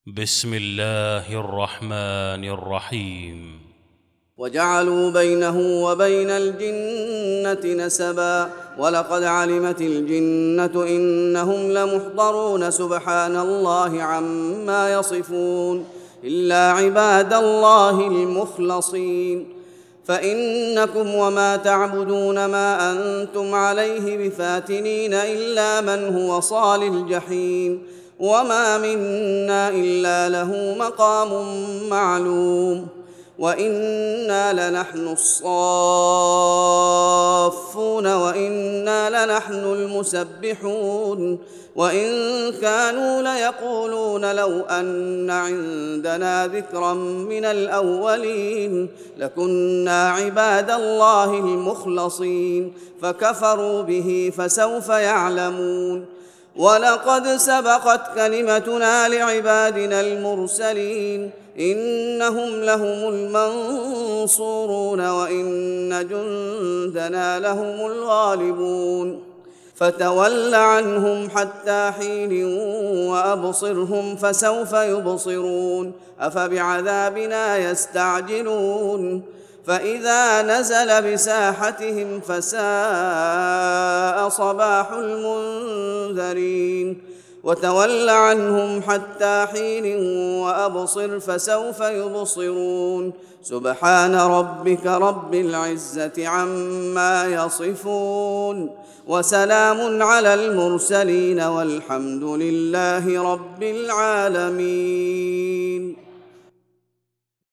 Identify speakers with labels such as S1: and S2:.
S1: بسم الله الرحمن الرحيم.
S2: وجعلوا بينه وبين الجنة نسبا ولقد علمت الجنة إنهم لمحضرون سبحان الله عما يصفون إلا عباد الله المخلصين فإنكم وما تعبدون ما أنتم عليه بفاتنين إلا من هو صال الجحيم وما منا إلا له مقام معلوم وإنا لنحن الصافون وإنا لنحن المسبحون وإن كانوا ليقولون لو أن عندنا ذكرا من الأولين لكنا عباد الله المخلصين فكفروا به فسوف يعلمون ولقد سبقت كلمتنا لعبادنا المرسلين إنهم لهم المنصورون وإن جندنا لهم الغالبون فتول عنهم حتى حين وأبصرهم فسوف يبصرون أفبعذابنا يستعجلون فإذا نزل بساحتهم فساء صباح المنذرين وتول عنهم حتى حين وأبصر فسوف يبصرون سبحان ربك رب العزة عما يصفون وسلام على المرسلين والحمد لله رب العالمين.